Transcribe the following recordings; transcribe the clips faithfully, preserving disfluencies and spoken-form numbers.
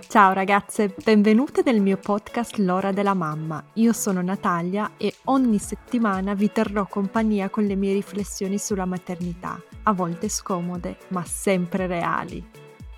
Ciao ragazze, benvenute nel mio podcast L'ora della mamma. Io sono Natalia e ogni settimana vi terrò compagnia con le mie riflessioni sulla maternità, a volte scomode, ma sempre reali.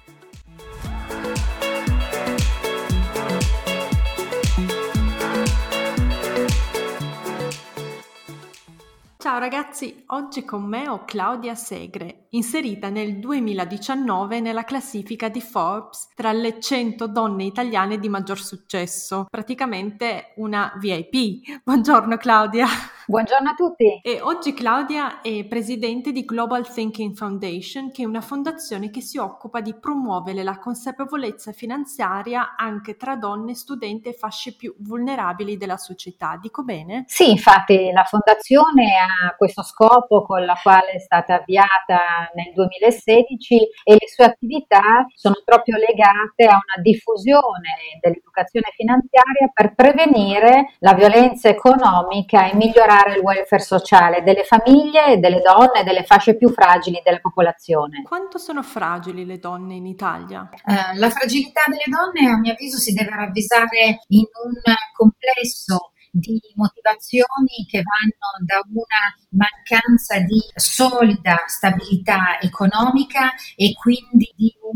Ciao ragazzi, oggi con me ho Claudia Segre, inserita nel duemiladiciannove nella classifica di Forbes tra le cento donne italiane di maggior successo, praticamente una V I P. Buongiorno Claudia. Buongiorno a tutti. E oggi Claudia è presidente di Global Thinking Foundation, che è una fondazione che si occupa di promuovere la consapevolezza finanziaria anche tra donne, studenti e fasce più vulnerabili della società. Dico bene? Sì, infatti la fondazione ha questo scopo con la quale è stata avviata nel duemilasedici e le sue attività sono proprio legate a una diffusione dell'educazione finanziaria per prevenire la violenza economica e migliorare il welfare sociale delle famiglie, delle donne e delle fasce più fragili della popolazione. Quanto sono fragili le donne in Italia? Eh, la fragilità delle donne, a mio avviso, si deve ravvisare in un complesso di motivazioni che vanno da una mancanza di solida stabilità economica e quindi di un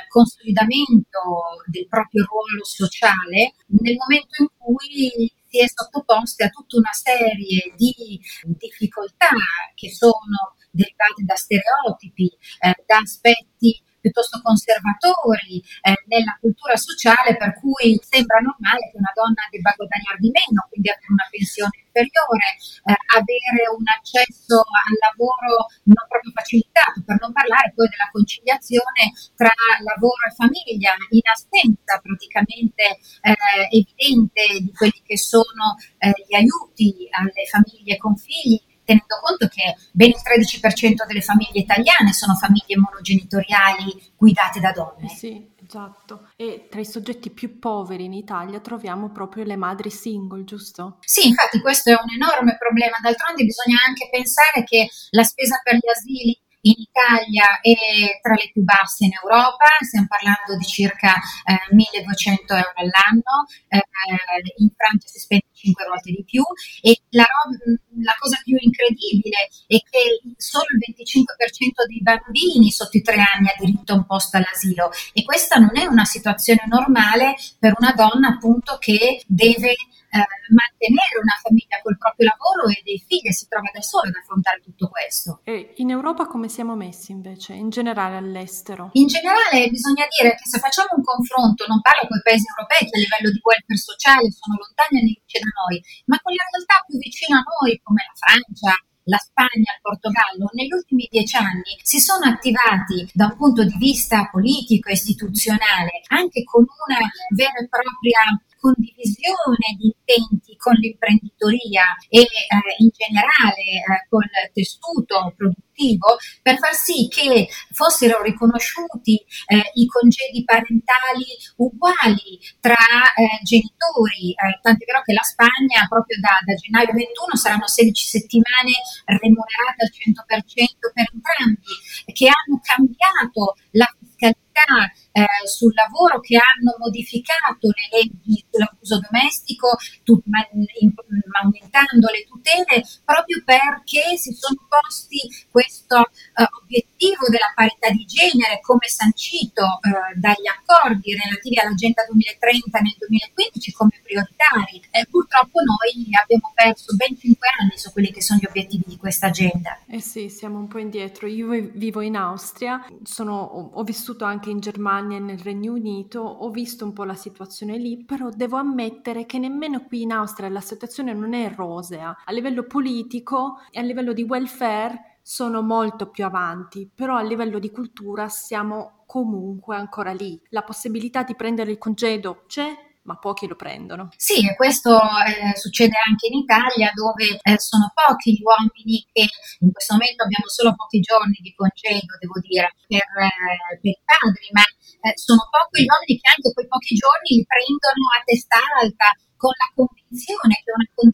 consolidamento del proprio ruolo sociale nel momento in cui si è sottoposti a tutta una serie di difficoltà che sono derivate da stereotipi, eh, da aspetti piuttosto conservatori eh, nella cultura sociale, per cui sembra normale che una donna debba guadagnare di meno, quindi avere una pensione inferiore, eh, avere un accesso al lavoro non proprio facilitato, per non parlare poi della conciliazione tra lavoro e famiglia, in assenza praticamente eh, evidente di quelli che sono eh, gli aiuti alle famiglie con figli, tenendo conto che ben il tredici per cento delle famiglie italiane sono famiglie monogenitoriali guidate da donne. Eh sì, esatto. E tra i soggetti più poveri in Italia troviamo proprio le madri single, giusto? Sì, infatti questo è un enorme problema. D'altronde bisogna anche pensare che la spesa per gli asili in Italia è tra le più basse in Europa, stiamo parlando di circa eh, milleduecento euro all'anno, eh, in Francia si spende cinque volte di più e la, la cosa più incredibile è che solo il venticinque per cento dei bambini sotto i tre anni ha diritto a un posto all'asilo e questa non è una situazione normale per una donna appunto che deve Eh, mantenere una famiglia col proprio lavoro e dei figli, si trova da sola ad affrontare tutto questo. E in Europa come siamo messi invece, in generale all'estero? In generale bisogna dire che se facciamo un confronto, non parlo con i paesi europei che a livello di welfare sociale sono lontani anni luce da noi, ma con le realtà più vicine a noi come la Francia, la Spagna, il Portogallo, negli ultimi dieci anni si sono attivati da un punto di vista politico e istituzionale anche con una vera e propria condivisione di intenti con l'imprenditoria e eh, in generale eh, col tessuto produttivo per far sì che fossero riconosciuti eh, i congedi parentali uguali tra eh, genitori, eh, tant'è vero che la Spagna proprio da, da gennaio ventuno saranno sedici settimane remunerate al cento per cento per entrambi, che hanno cambiato la fiscalità eh, sul lavoro, che hanno modificato le leggi sull'abuso domestico, tut, ma, in, aumentando le tutele proprio perché si sono posti questo eh, obiettivo della parità di genere come sancito eh, dagli accordi relativi all'agenda duemilatrenta nel duemilaquindici come prioritari. Eh, purtroppo noi abbiamo perso ben cinque anni su quelli che sono gli obiettivi di questa agenda. Eh sì, siamo un po' indietro. Io vivo in Austria, sono, ho vissuto anche in Germania e nel Regno Unito, ho visto un po' la situazione lì, però devo ammettere che nemmeno qui in Austria la situazione non è rosea. A livello politico e a livello di welfare sono molto più avanti, però a livello di cultura siamo comunque ancora lì. La possibilità di prendere il congedo c'è, ma pochi lo prendono. Sì, e questo eh, succede anche in Italia, dove eh, sono pochi gli uomini che in questo momento abbiamo solo pochi giorni di congedo, devo dire, per, eh, per i padri, ma eh, sono pochi gli uomini che anche quei pochi giorni li prendono a testa alta, con la convinzione che una condivisione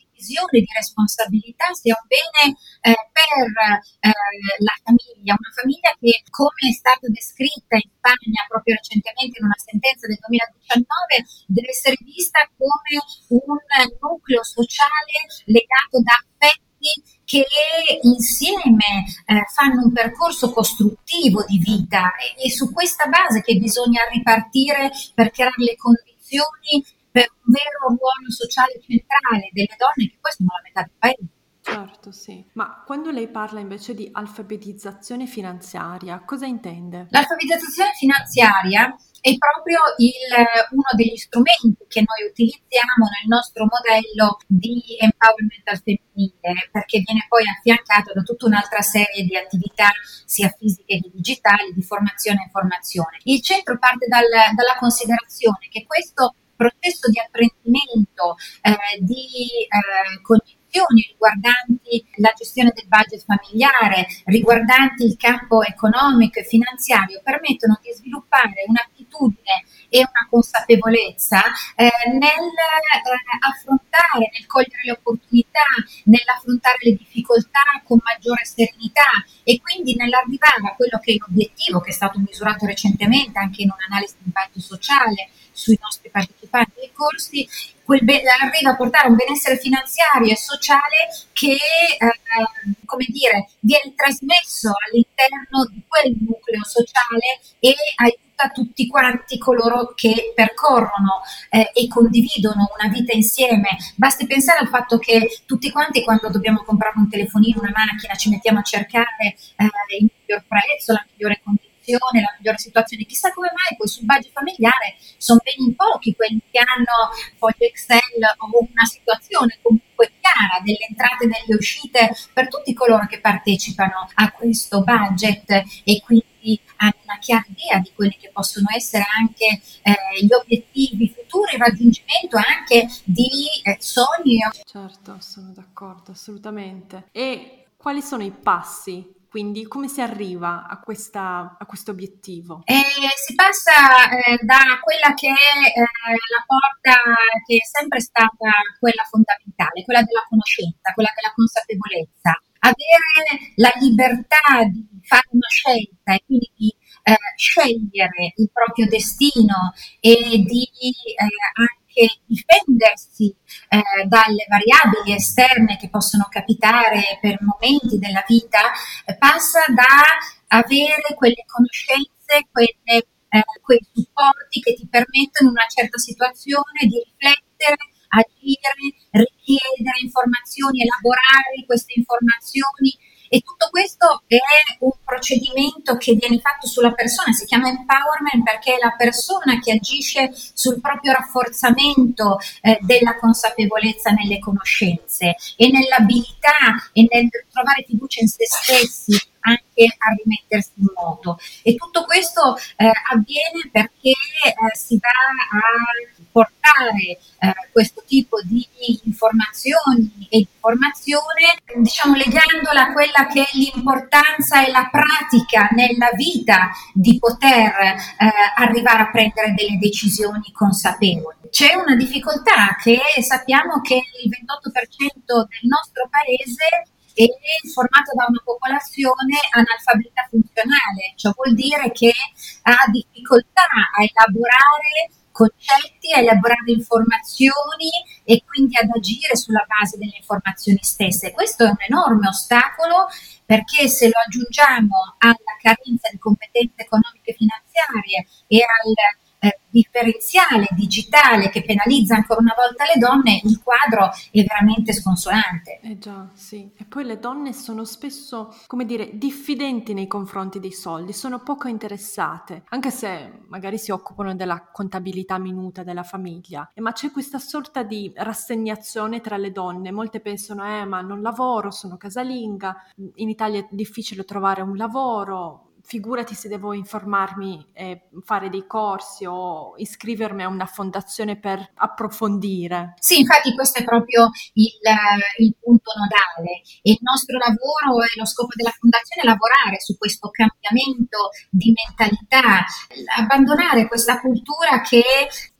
condivisione di responsabilità sia un bene eh, per eh, la famiglia, una famiglia che, come è stata descritta in Spagna proprio recentemente in una sentenza del duemiladiciannove, deve essere vista come un nucleo sociale legato da affetti che insieme eh, fanno un percorso costruttivo di vita, e, e su questa base che bisogna ripartire per creare le condizioni per un vero ruolo sociale centrale delle donne, che poi sono la metà del paese. Certo, sì. Ma quando lei parla invece di alfabetizzazione finanziaria, cosa intende? L'alfabetizzazione finanziaria è proprio il, uno degli strumenti che noi utilizziamo nel nostro modello di empowerment al femminile, perché viene poi affiancato da tutta un'altra serie di attività, sia fisiche che digitali, di formazione e informazione. Il centro parte dal, dalla considerazione che questo processo di apprendimento eh, di eh, cognizioni riguardanti la gestione del budget familiare, riguardanti il campo economico e finanziario, permettono di sviluppare un'attitudine e una consapevolezza eh, nel eh, affrontare, nel cogliere le opportunità, nell'affrontare le difficoltà con maggiore serenità, e quindi nell'arrivare a quello che è l'obiettivo che è stato misurato recentemente anche in un'analisi di impatto sociale sui nostri partecipanti ai corsi, quel be- arriva a portare un benessere finanziario e sociale che eh, come dire, viene trasmesso all'interno di quel nucleo sociale e aiuta tutti quanti coloro che percorrono eh, e condividono una vita insieme. Basti pensare al fatto che tutti quanti, quando dobbiamo comprare un telefonino, una macchina, ci mettiamo a cercare eh, il miglior prezzo, la migliore condizione, la migliore situazione. Chissà come mai poi sul budget familiare sono ben in pochi quelli che hanno foglio Excel o una situazione comunque chiara delle entrate e delle uscite per tutti coloro che partecipano a questo budget, e quindi hanno una chiara idea di quelli che possono essere anche eh, gli obiettivi futuri, il raggiungimento anche di eh, sogni. Certo, sono d'accordo, assolutamente. E quali sono i passi? Quindi come si arriva a, questa, a questo obiettivo? Eh, si passa eh, da quella che è eh, la porta che è sempre stata quella fondamentale, quella della conoscenza, quella della consapevolezza. Avere la libertà di fare una scelta e quindi di eh, scegliere il proprio destino e di eh, anche difendersi eh, dalle variabili esterne che possono capitare per momenti della vita, eh, passa da avere quelle conoscenze, quelle, eh, quei supporti che ti permettono in una certa situazione di riflettere, agire, richiedere informazioni, elaborare queste informazioni. E tutto questo è un procedimento che viene fatto sulla persona, si chiama empowerment perché è la persona che agisce sul proprio rafforzamento eh, della consapevolezza nelle conoscenze e nell'abilità e nel trovare fiducia in se stessi, anche a rimettersi in moto. E tutto questo eh, avviene perché eh, si va a portare eh, questo tipo di informazioni e informazione, diciamo, legandola a quella che è l'importanza e la pratica nella vita di poter eh, arrivare a prendere delle decisioni consapevoli. C'è una difficoltà che sappiamo che il ventotto per cento del nostro paese è formato da una popolazione analfabeta funzionale, ciò vuol dire che ha difficoltà a elaborare concetti, a elaborare informazioni e quindi ad agire sulla base delle informazioni stesse. Questo è un enorme ostacolo, perché se lo aggiungiamo alla carenza di competenze economiche e finanziarie e al eh, differenziale digitale che penalizza ancora una volta le donne, il quadro è veramente sconsolante. Eh già, sì. E poi le donne sono spesso, come dire, diffidenti nei confronti dei soldi, sono poco interessate, anche se magari si occupano della contabilità minuta della famiglia. E ma c'è questa sorta di rassegnazione tra le donne. Molte pensano, eh, ma non lavoro, sono casalinga, in Italia è difficile trovare un lavoro, figurati se devo informarmi e fare dei corsi o iscrivermi a una fondazione per approfondire. Sì, infatti questo è proprio il, il punto nodale. Il nostro lavoro e lo scopo della fondazione è lavorare su questo cambiamento di mentalità, abbandonare questa cultura che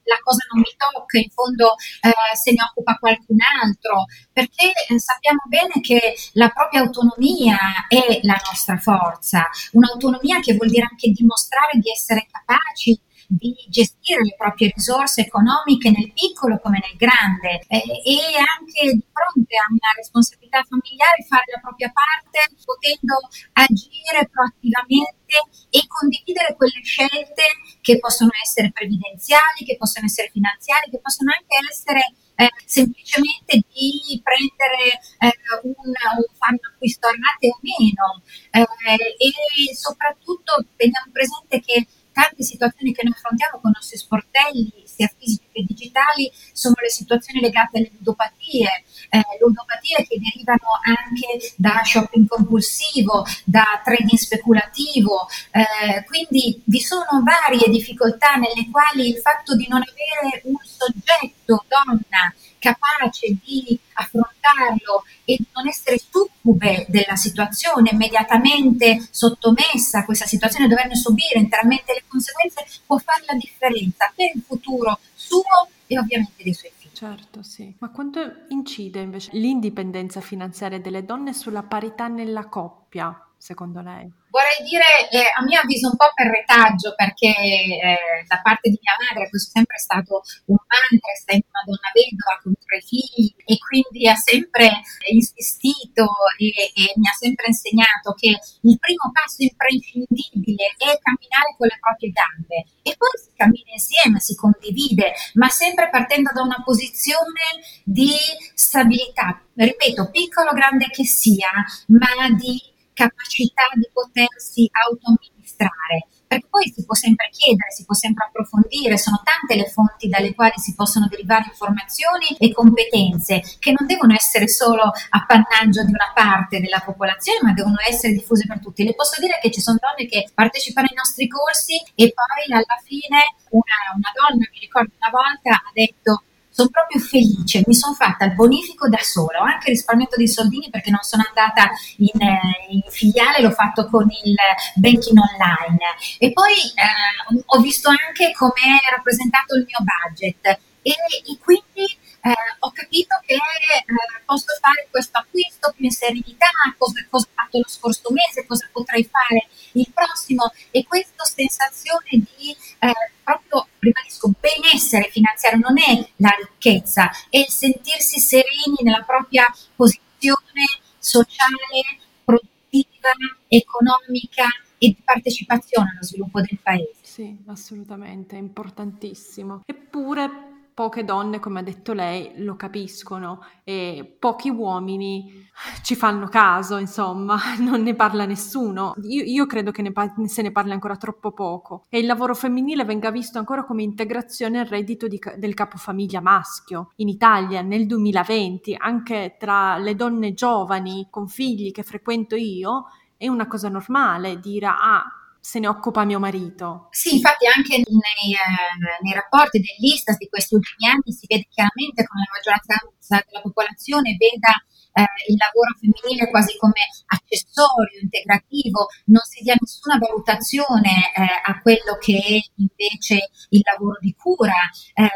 la cosa non mi tocca, in fondo eh, se ne occupa qualcun altro, perché eh, sappiamo bene che la propria autonomia è la nostra forza, un'autonomia che vuol dire anche dimostrare di essere capaci di gestire le proprie risorse economiche nel piccolo come nel grande, eh, e anche di fronte a una responsabilità familiare fare la propria parte, potendo agire proattivamente e condividere quelle scelte che possono essere previdenziali, che possono essere finanziarie, che possono anche essere eh, semplicemente di prendere eh, un, un fare un acquisto a rate o meno, eh, e soprattutto teniamo presente che tante situazioni che noi affrontiamo con i nostri sportelli, sia fisici che digitali, sono le situazioni legate alle ludopatie, eh, ludopatie che derivano anche da shopping compulsivo, da trading speculativo, eh, quindi vi sono varie difficoltà nelle quali il fatto di non avere un soggetto donna capace di affrontarlo e di non essere succube della situazione, immediatamente sottomessa a questa situazione, doverne subire interamente le conseguenze, può fare la differenza per il futuro suo e ovviamente dei suoi figli. Certo, sì. Ma quanto incide invece l'indipendenza finanziaria delle donne sulla parità nella coppia, secondo lei? Vorrei dire, eh, a mio avviso, un po' per retaggio, perché eh, da parte di mia madre questo è sempre stato un mantra, è sempre una donna vedova con tre figli e quindi ha sempre insistito e, e mi ha sempre insegnato che il primo passo imprescindibile è camminare con le proprie gambe e poi si cammina insieme, si condivide, ma sempre partendo da una posizione di stabilità, ripeto, piccolo o grande che sia, ma di capacità di potersi auto-amministrare, perché poi si può sempre chiedere, si può sempre approfondire, sono tante le fonti dalle quali si possono derivare informazioni e competenze che non devono essere solo appannaggio di una parte della popolazione, ma devono essere diffuse per tutti. Le posso dire che ci sono donne che partecipano ai nostri corsi e poi alla fine una, una donna, mi ricordo una volta, ha detto: sono proprio felice, mi sono fatta il bonifico da sola, ho anche risparmiato dei soldini perché non sono andata in, in filiale, l'ho fatto con il banking online e poi eh, ho visto anche come è rappresentato il mio budget e, e quindi eh, ho capito che eh, posso fare questo acquisto più in serenità, cosa, cosa ho fatto lo scorso mese, cosa potrei fare il prossimo e questa sensazione di eh, proprio, ribadisco, benessere finanziario non è la ricchezza, è il sentirsi sereni nella propria posizione sociale, produttiva, economica e di partecipazione allo sviluppo del paese. Sì, assolutamente, è importantissimo. Eppure poche donne, come ha detto lei, lo capiscono e pochi uomini ci fanno caso, insomma, non ne parla nessuno. Io, io credo che ne pa- se ne parli ancora troppo poco e il lavoro femminile venga visto ancora come integrazione al reddito di, del capofamiglia maschio. In Italia nel duemilaventi, anche tra le donne giovani con figli che frequento io, è una cosa normale dire ah, se ne occupa mio marito. Sì, infatti anche nei, eh, nei rapporti dell'Istat di questi ultimi anni si vede chiaramente come la maggioranza della popolazione veda eh, il lavoro femminile quasi come accessorio, integrativo, non si dia nessuna valutazione eh, a quello che è invece il lavoro di cura eh,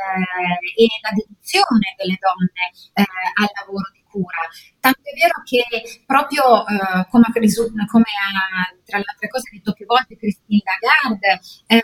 e la dedizione delle donne eh, al lavoro di cura. Tanto è vero che proprio eh, come, come ha tra le altre cose detto più volte Christine Lagarde, eh,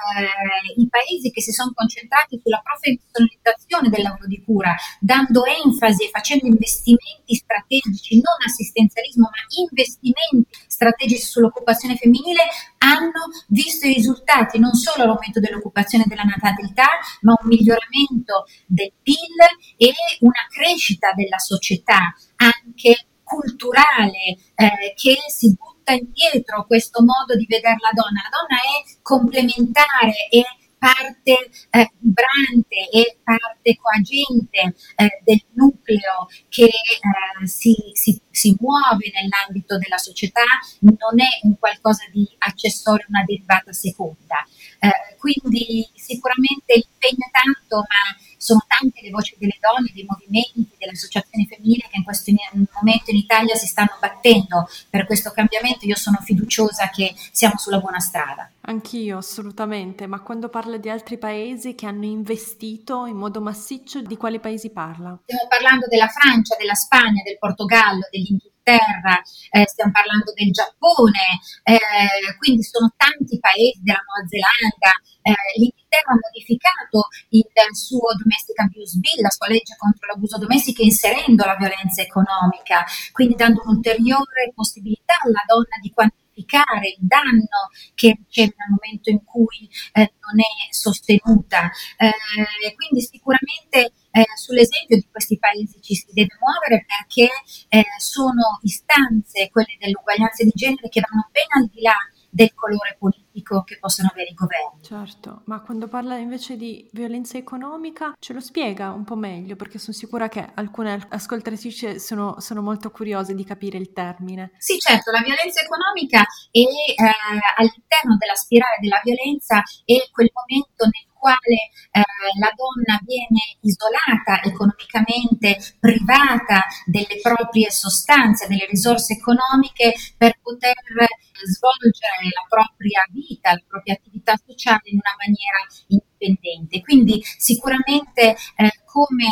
i paesi che si sono concentrati sulla professionalizzazione del lavoro di cura, dando enfasi e facendo investimenti strategici, non assistenzialismo, ma investimenti strategici sull'occupazione femminile, hanno visto i risultati, non solo l'aumento dell'occupazione e della natalità, ma un miglioramento del P I L e una crescita della società, anche culturale, eh, che si butta indietro questo modo di vedere la donna. La donna è complementare, è parte eh, vibrante e parte coagente eh, del nucleo che eh, si, si, si muove nell'ambito della società, non è un qualcosa di accessorio, una derivata seconda. Eh, quindi sicuramente l'impegno è tanto, ma sono tante le voci delle donne, dei movimenti, delle associazioni femminili che in questo momento in Italia si stanno battendo per questo cambiamento. Io sono fiduciosa che siamo sulla buona strada. Anch'io, assolutamente, ma quando parla di altri paesi che hanno investito in modo massiccio, di quali paesi parla? Stiamo parlando della Francia, della Spagna, del Portogallo, dell'Inghilterra, eh, stiamo parlando del Giappone, eh, quindi sono tanti paesi, della Nuova Zelanda. Eh, L'Inghilterra ha modificato il suo Domestic Abuse Bill, la sua legge contro l'abuso domestico, inserendo la violenza economica, quindi dando un'ulteriore possibilità alla donna di quantificare il danno che riceve nel momento in cui eh, non è sostenuta. Eh, quindi sicuramente eh, sull'esempio di questi paesi ci si deve muovere, perché eh, sono istanze, quelle dell'uguaglianza di genere, che vanno ben al di là del colore politico che possono avere i governi. Certo, ma quando parla invece di violenza economica ce lo spiega un po' meglio, perché sono sicura che alcune ascoltatrici sono, sono molto curiose di capire il termine. Sì, certo, la violenza economica è eh, all'interno della spirale della violenza, è quel momento nel quale eh, la donna viene isolata economicamente, privata delle proprie sostanze, delle risorse economiche per poter svolgere la propria vita, la propria attività sociale in una maniera indipendente. Quindi sicuramente eh, come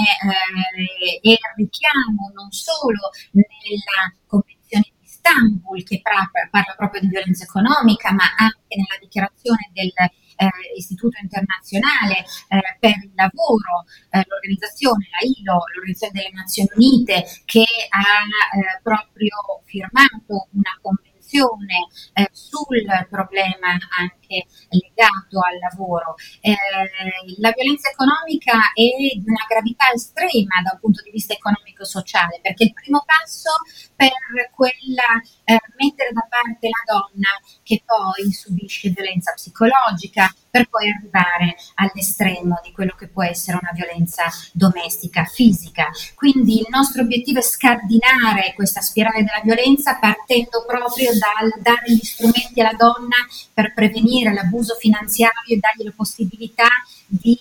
eh, è il richiamo non solo nella Convenzione di Istanbul, che parla, parla proprio di violenza economica, ma anche nella dichiarazione del Eh, Istituto internazionale eh, per il lavoro, eh, l'organizzazione, la I L O, l'Organizzazione delle Nazioni Unite, che ha eh, proprio firmato una convenzione eh, sul problema anche legato al lavoro. Eh, la violenza economica è di una gravità estrema da un punto di vista economico-sociale, perché il primo passo per quella eh, mettere da parte la donna che poi subisce violenza psicologica, per poi arrivare all'estremo di quello che può essere una violenza domestica, fisica. Quindi il nostro obiettivo è scardinare questa spirale della violenza, partendo proprio dal dare gli strumenti alla donna per prevenire l'abuso finanziario e dargli la possibilità di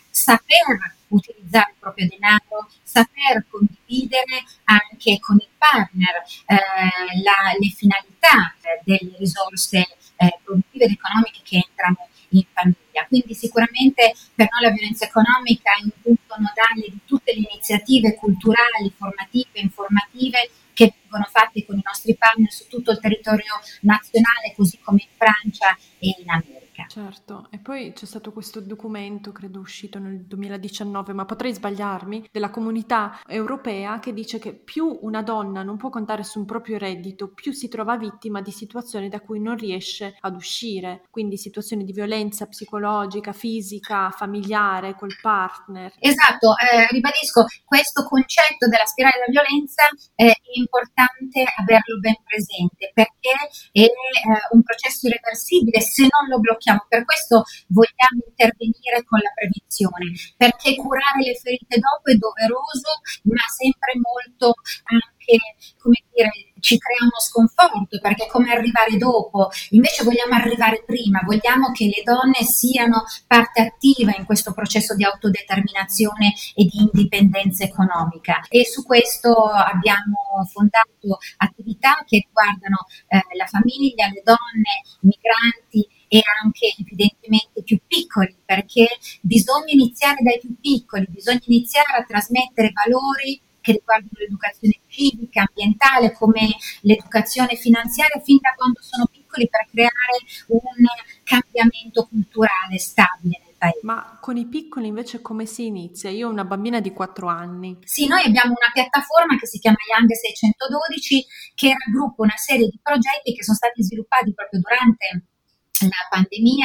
saper utilizzare il proprio denaro, saper condividere anche con il partner eh, la, le finalità eh, delle risorse eh, produttive ed economiche che entrano in famiglia. Quindi sicuramente per noi la violenza economica è un punto nodale di tutte le iniziative culturali, formative, informative che vengono fatte con i nostri partner su tutto il territorio nazionale, così come in Francia e in America. Certo, e poi c'è stato questo documento, credo uscito nel duemiladiciannove, ma potrei sbagliarmi, della Comunità Europea, che dice che più una donna non può contare su un proprio reddito, più si trova vittima di situazioni da cui non riesce ad uscire, quindi situazioni di violenza psicologica, fisica, familiare, col partner. Esatto, eh, ribadisco, questo concetto della spirale della violenza eh, è importante averlo ben presente, perché è eh, un processo irreversibile se non lo blocchiamo. Per questo vogliamo intervenire con la prevenzione, perché curare le ferite dopo è doveroso, ma sempre molto anche, come dire, ci crea uno sconforto, perché come arrivare dopo? Invece vogliamo arrivare prima, vogliamo che le donne siano parte attiva in questo processo di autodeterminazione e di indipendenza economica, e su questo abbiamo fondato attività che riguardano eh, la famiglia, le donne, migranti e anche evidentemente più piccoli, perché bisogna iniziare dai più piccoli, bisogna iniziare a trasmettere valori che riguardano l'educazione civica, ambientale, come l'educazione finanziaria, fin da quando sono piccoli, per creare un cambiamento culturale stabile nel paese. Ma con i piccoli invece come si inizia? Io ho una bambina di quattro anni. Sì, noi abbiamo una piattaforma che si chiama Young seicentododici, che raggruppa una serie di progetti che sono stati sviluppati proprio durante la pandemia,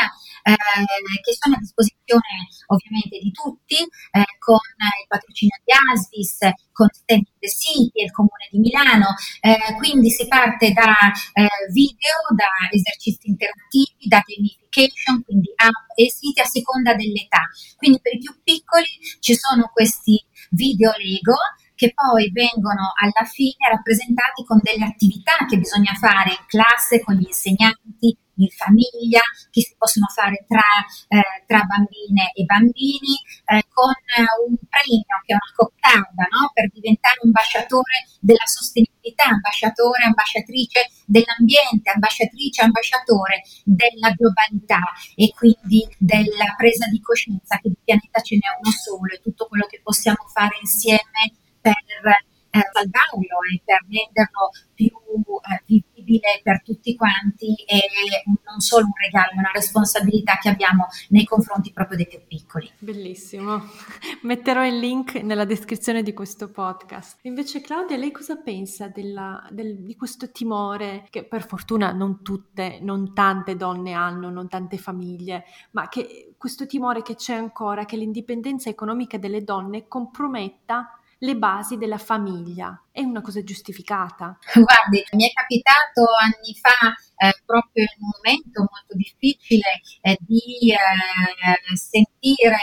eh, che sono a disposizione ovviamente di tutti, eh, con il patrocinio di ASVIS, con Stand in the City e il Comune di Milano. Eh, quindi si parte da eh, video, da esercizi interattivi, da gamification, quindi app e siti a seconda dell'età. Quindi per i più piccoli ci sono questi video Lego che poi vengono alla fine rappresentati con delle attività che bisogna fare in classe con gli insegnanti, in famiglia, che si possono fare tra, eh, tra bambine e bambini, eh, con un premio che è una coccarda, no? Per diventare ambasciatore della sostenibilità, ambasciatore, ambasciatrice dell'ambiente, ambasciatrice, ambasciatore della globalità e quindi della presa di coscienza che il pianeta ce n'è uno solo e tutto quello che possiamo fare insieme per eh, salvarlo e per renderlo più eh, vivibile per tutti quanti è non solo un regalo, ma una responsabilità che abbiamo nei confronti proprio dei più piccoli. Bellissimo, metterò il link nella descrizione di questo podcast. Invece Claudia, lei cosa pensa della, del, di questo timore che per fortuna non tutte, non tante donne hanno, non tante famiglie, ma che questo timore che c'è ancora, che l'indipendenza economica delle donne comprometta le basi della famiglia? È una cosa giustificata? Guardi, mi è capitato anni fa, eh, proprio in un momento molto difficile, eh, di eh, sentire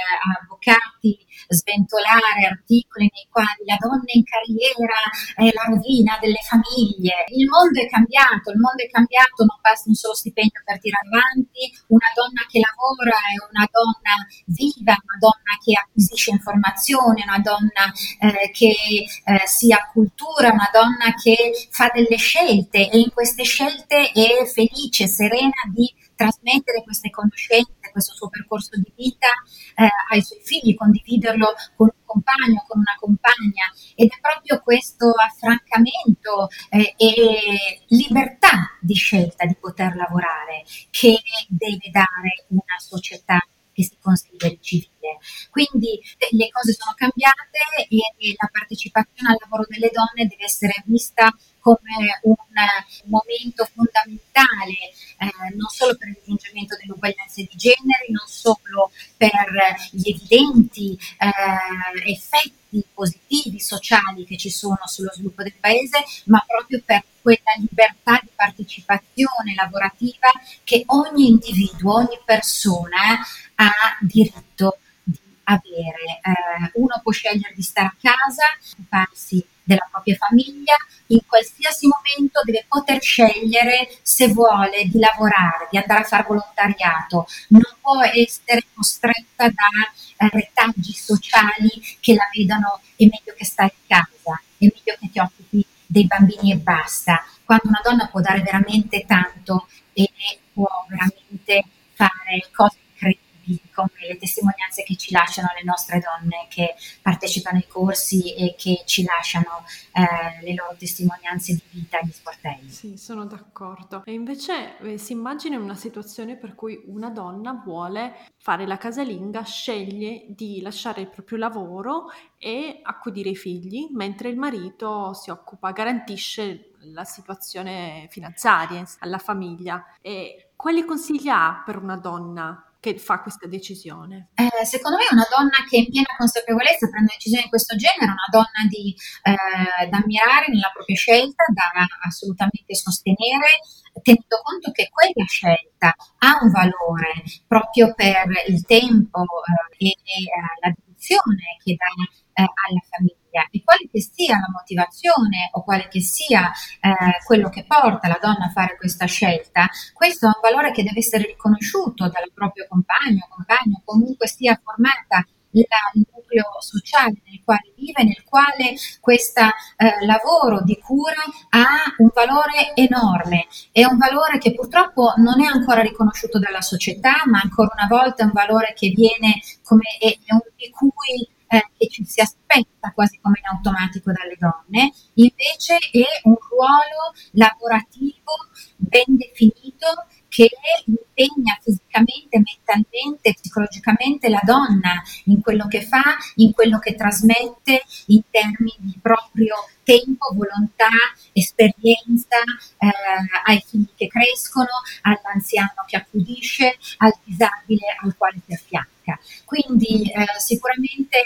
avvocati sventolare articoli nei quali la donna in carriera è la rovina delle famiglie. Il mondo è cambiato, il mondo è cambiato, non basta un solo stipendio per tirare avanti, una donna che lavora è una donna viva, una donna che acquisisce informazioni, una donna eh, che eh, si cultura, una donna che fa delle scelte e in queste scelte è felice, serena di trasmettere queste conoscenze, questo suo percorso di vita eh, ai suoi figli, condividerlo con un compagno, con una compagna, ed è proprio questo affrancamento eh, e libertà di scelta di poter lavorare che deve dare una società che si consideri civile. Quindi le cose sono cambiate e la partecipazione al lavoro delle donne deve essere vista come un momento fondamentale, eh, non solo per il raggiungimento dell'uguaglianza di genere, non solo per gli evidenti eh, effetti positivi sociali che ci sono sullo sviluppo del paese, ma proprio per quella libertà di partecipazione lavorativa che ogni individuo, ogni persona ha diritto di avere. Eh, uno può scegliere di stare a casa, occuparsi della propria famiglia, in qualsiasi momento deve poter scegliere se vuole di lavorare, di andare a fare volontariato, non può essere costretta da eh, retaggi sociali che la vedano è meglio che stai in casa, è meglio che ti occupi dei bambini e basta. Quando una donna può dare veramente tanto e può veramente fare cose incredibili, come le testimonianze che ci lasciano le nostre donne che partecipano ai corsi e che ci lasciano eh, le loro testimonianze di vita agli sportelli. Sì, sono d'accordo. E invece eh, si immagina una situazione per cui una donna vuole fare la casalinga, sceglie di lasciare il proprio lavoro e accudire i figli, mentre il marito si occupa, garantisce la situazione finanziaria alla famiglia. E quali consigli ha per una donna che fa questa decisione? Eh, secondo me una donna che in piena consapevolezza prende decisioni di questo genere, una donna di, eh, da ammirare nella propria scelta, da assolutamente sostenere, tenendo conto che quella scelta ha un valore proprio per il tempo eh, e eh, la dedizione che dà eh, alla famiglia, e quale che sia la motivazione o quale che sia eh, quello che porta la donna a fare questa scelta, questo è un valore che deve essere riconosciuto dal proprio compagno, compagno, comunque sia formata la, il nucleo sociale nel quale vive, nel quale questo eh, lavoro di cura ha un valore enorme, è un valore che purtroppo non è ancora riconosciuto dalla società, ma ancora una volta è un valore che viene come è, è un di cui Eh, che ci si aspetta quasi come in automatico dalle donne, invece è un ruolo lavorativo ben definito che impegna fisicamente, mentalmente, psicologicamente la donna in quello che fa, in quello che trasmette in termini di proprio tempo, volontà, esperienza eh, ai figli che crescono, all'anziano che accudisce, al disabile al quale si affianca. Quindi eh, sicuramente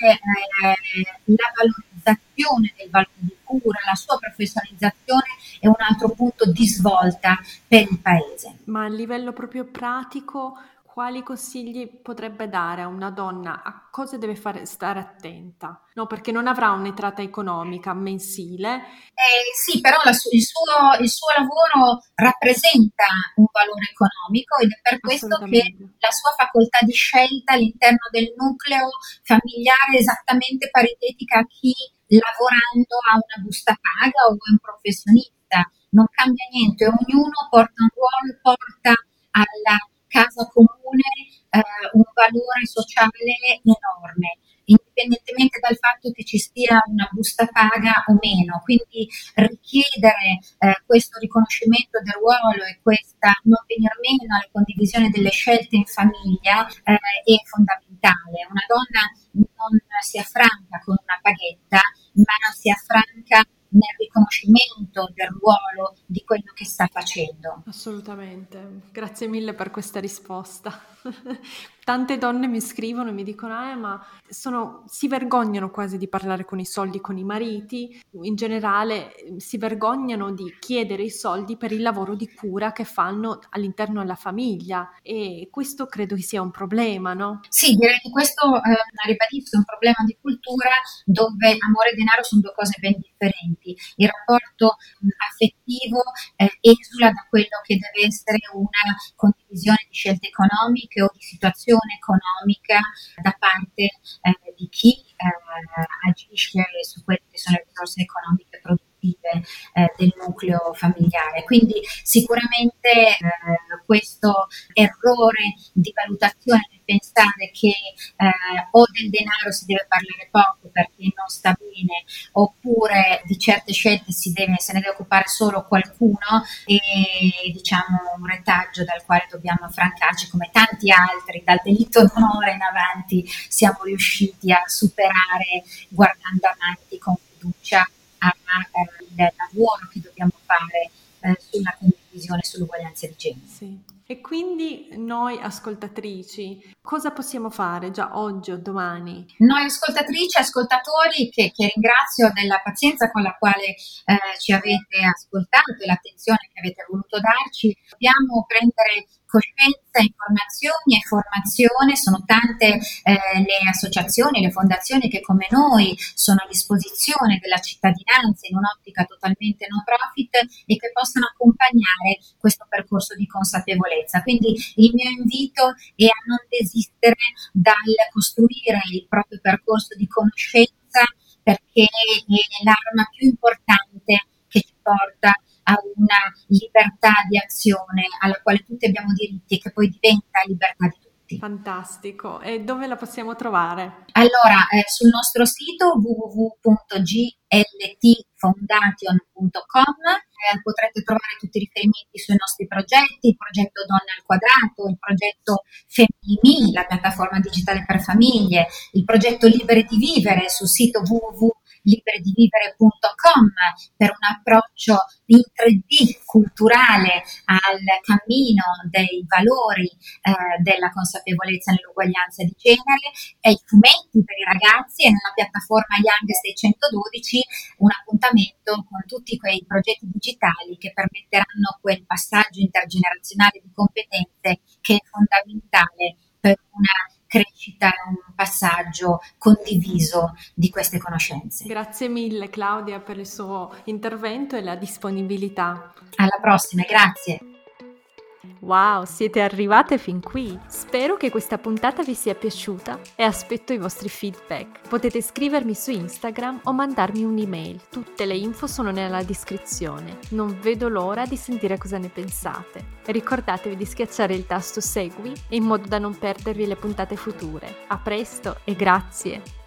eh, la valorizzazione del valore di cura, la sua professionalizzazione è un altro punto di svolta per il paese. Ma a livello proprio pratico, quali consigli potrebbe dare a una donna a cosa deve fare, stare attenta? No, perché non avrà un'entrata economica mensile. Eh, sì, però la su- il suo, il suo lavoro rappresenta un valore economico ed è per questo che Assolutamente. la sua facoltà di scelta all'interno del nucleo familiare è esattamente paritetica a chi lavorando ha una busta paga o è un professionista. Non cambia niente, ognuno porta un ruolo, porta alla casa comune eh, un valore sociale enorme, indipendentemente dal fatto che ci sia una busta paga o meno. Quindi richiedere eh, questo riconoscimento del ruolo e questa non venir meno alla condivisione delle scelte in famiglia eh, è fondamentale. Una donna non si affranca con una paghetta, ma si affranca nel riconoscimento del ruolo di quello che sta facendo. Assolutamente, grazie mille per questa risposta. Tante donne mi scrivono e mi dicono, eh, ma sono, si vergognano quasi di parlare con i soldi con i mariti, in generale eh, si vergognano di chiedere i soldi per il lavoro di cura che fanno all'interno della famiglia e questo credo che sia un problema, no? Sì, direi che questo, eh, ribadisco, è un problema di cultura dove amore e denaro sono due cose ben differenti. Il rapporto mh, affettivo eh, esula da quello che deve essere una condivisione di scelte economiche o di situazione economica da parte eh, di chi eh, agisce su quelle che sono le risorse economiche produttive eh, del nucleo familiare. Quindi sicuramente eh, questo errore di valutazione nel pensare che eh, o del denaro si deve parlare poco perché non sta bene, oppure di certe scelte si deve, se ne deve occupare solo qualcuno, è diciamo un retaggio dal quale dobbiamo affrancarci, come tanti altri, dal delitto d'onore in avanti siamo riusciti a superare guardando avanti con fiducia al eh, lavoro che dobbiamo fare eh, sulla condivisione, sull'uguaglianza di genere. Sì. E quindi noi ascoltatrici, cosa possiamo fare già oggi o domani? Noi ascoltatrici e ascoltatori, che, che ringrazio della pazienza con la quale eh, ci avete ascoltato e l'attenzione che avete voluto darci, dobbiamo prendere coscienza, informazioni e formazione. Sono tante eh, le associazioni, le fondazioni che come noi sono a disposizione della cittadinanza in un'ottica totalmente no profit e che possano accompagnare questo percorso di consapevolezza. Quindi il mio invito è a non desistere dal costruire il proprio percorso di conoscenza, perché è l'arma più importante che ci porta a una libertà di azione alla quale tutti abbiamo diritti e che poi diventa libertà di tutti. Fantastico. E dove la possiamo trovare? Allora, eh, sul nostro sito w w w punto g l t foundation punto com eh, potrete trovare tutti i riferimenti sui nostri progetti, il progetto Donne al Quadrato, il progetto Femminimi, la piattaforma digitale per famiglie, il progetto Libere di Vivere sul sito w w w punto libere di vivere punto com per un approccio in tre D culturale al cammino dei valori eh, della consapevolezza nell'uguaglianza di genere, e i fumetti per i ragazzi, e nella piattaforma Young seicentododici un appuntamento con tutti quei progetti digitali che permetteranno quel passaggio intergenerazionale di competenze che è fondamentale per una crescita, un passaggio condiviso di queste conoscenze. Grazie mille Claudia per il suo intervento e la disponibilità. Alla prossima, grazie. Wow, siete arrivate fin qui! Spero che questa puntata vi sia piaciuta e aspetto i vostri feedback. Potete scrivermi su Instagram o mandarmi un'email. Tutte le info sono nella descrizione. Non vedo l'ora di sentire cosa ne pensate. Ricordatevi di schiacciare il tasto segui in modo da non perdervi le puntate future. A presto e grazie!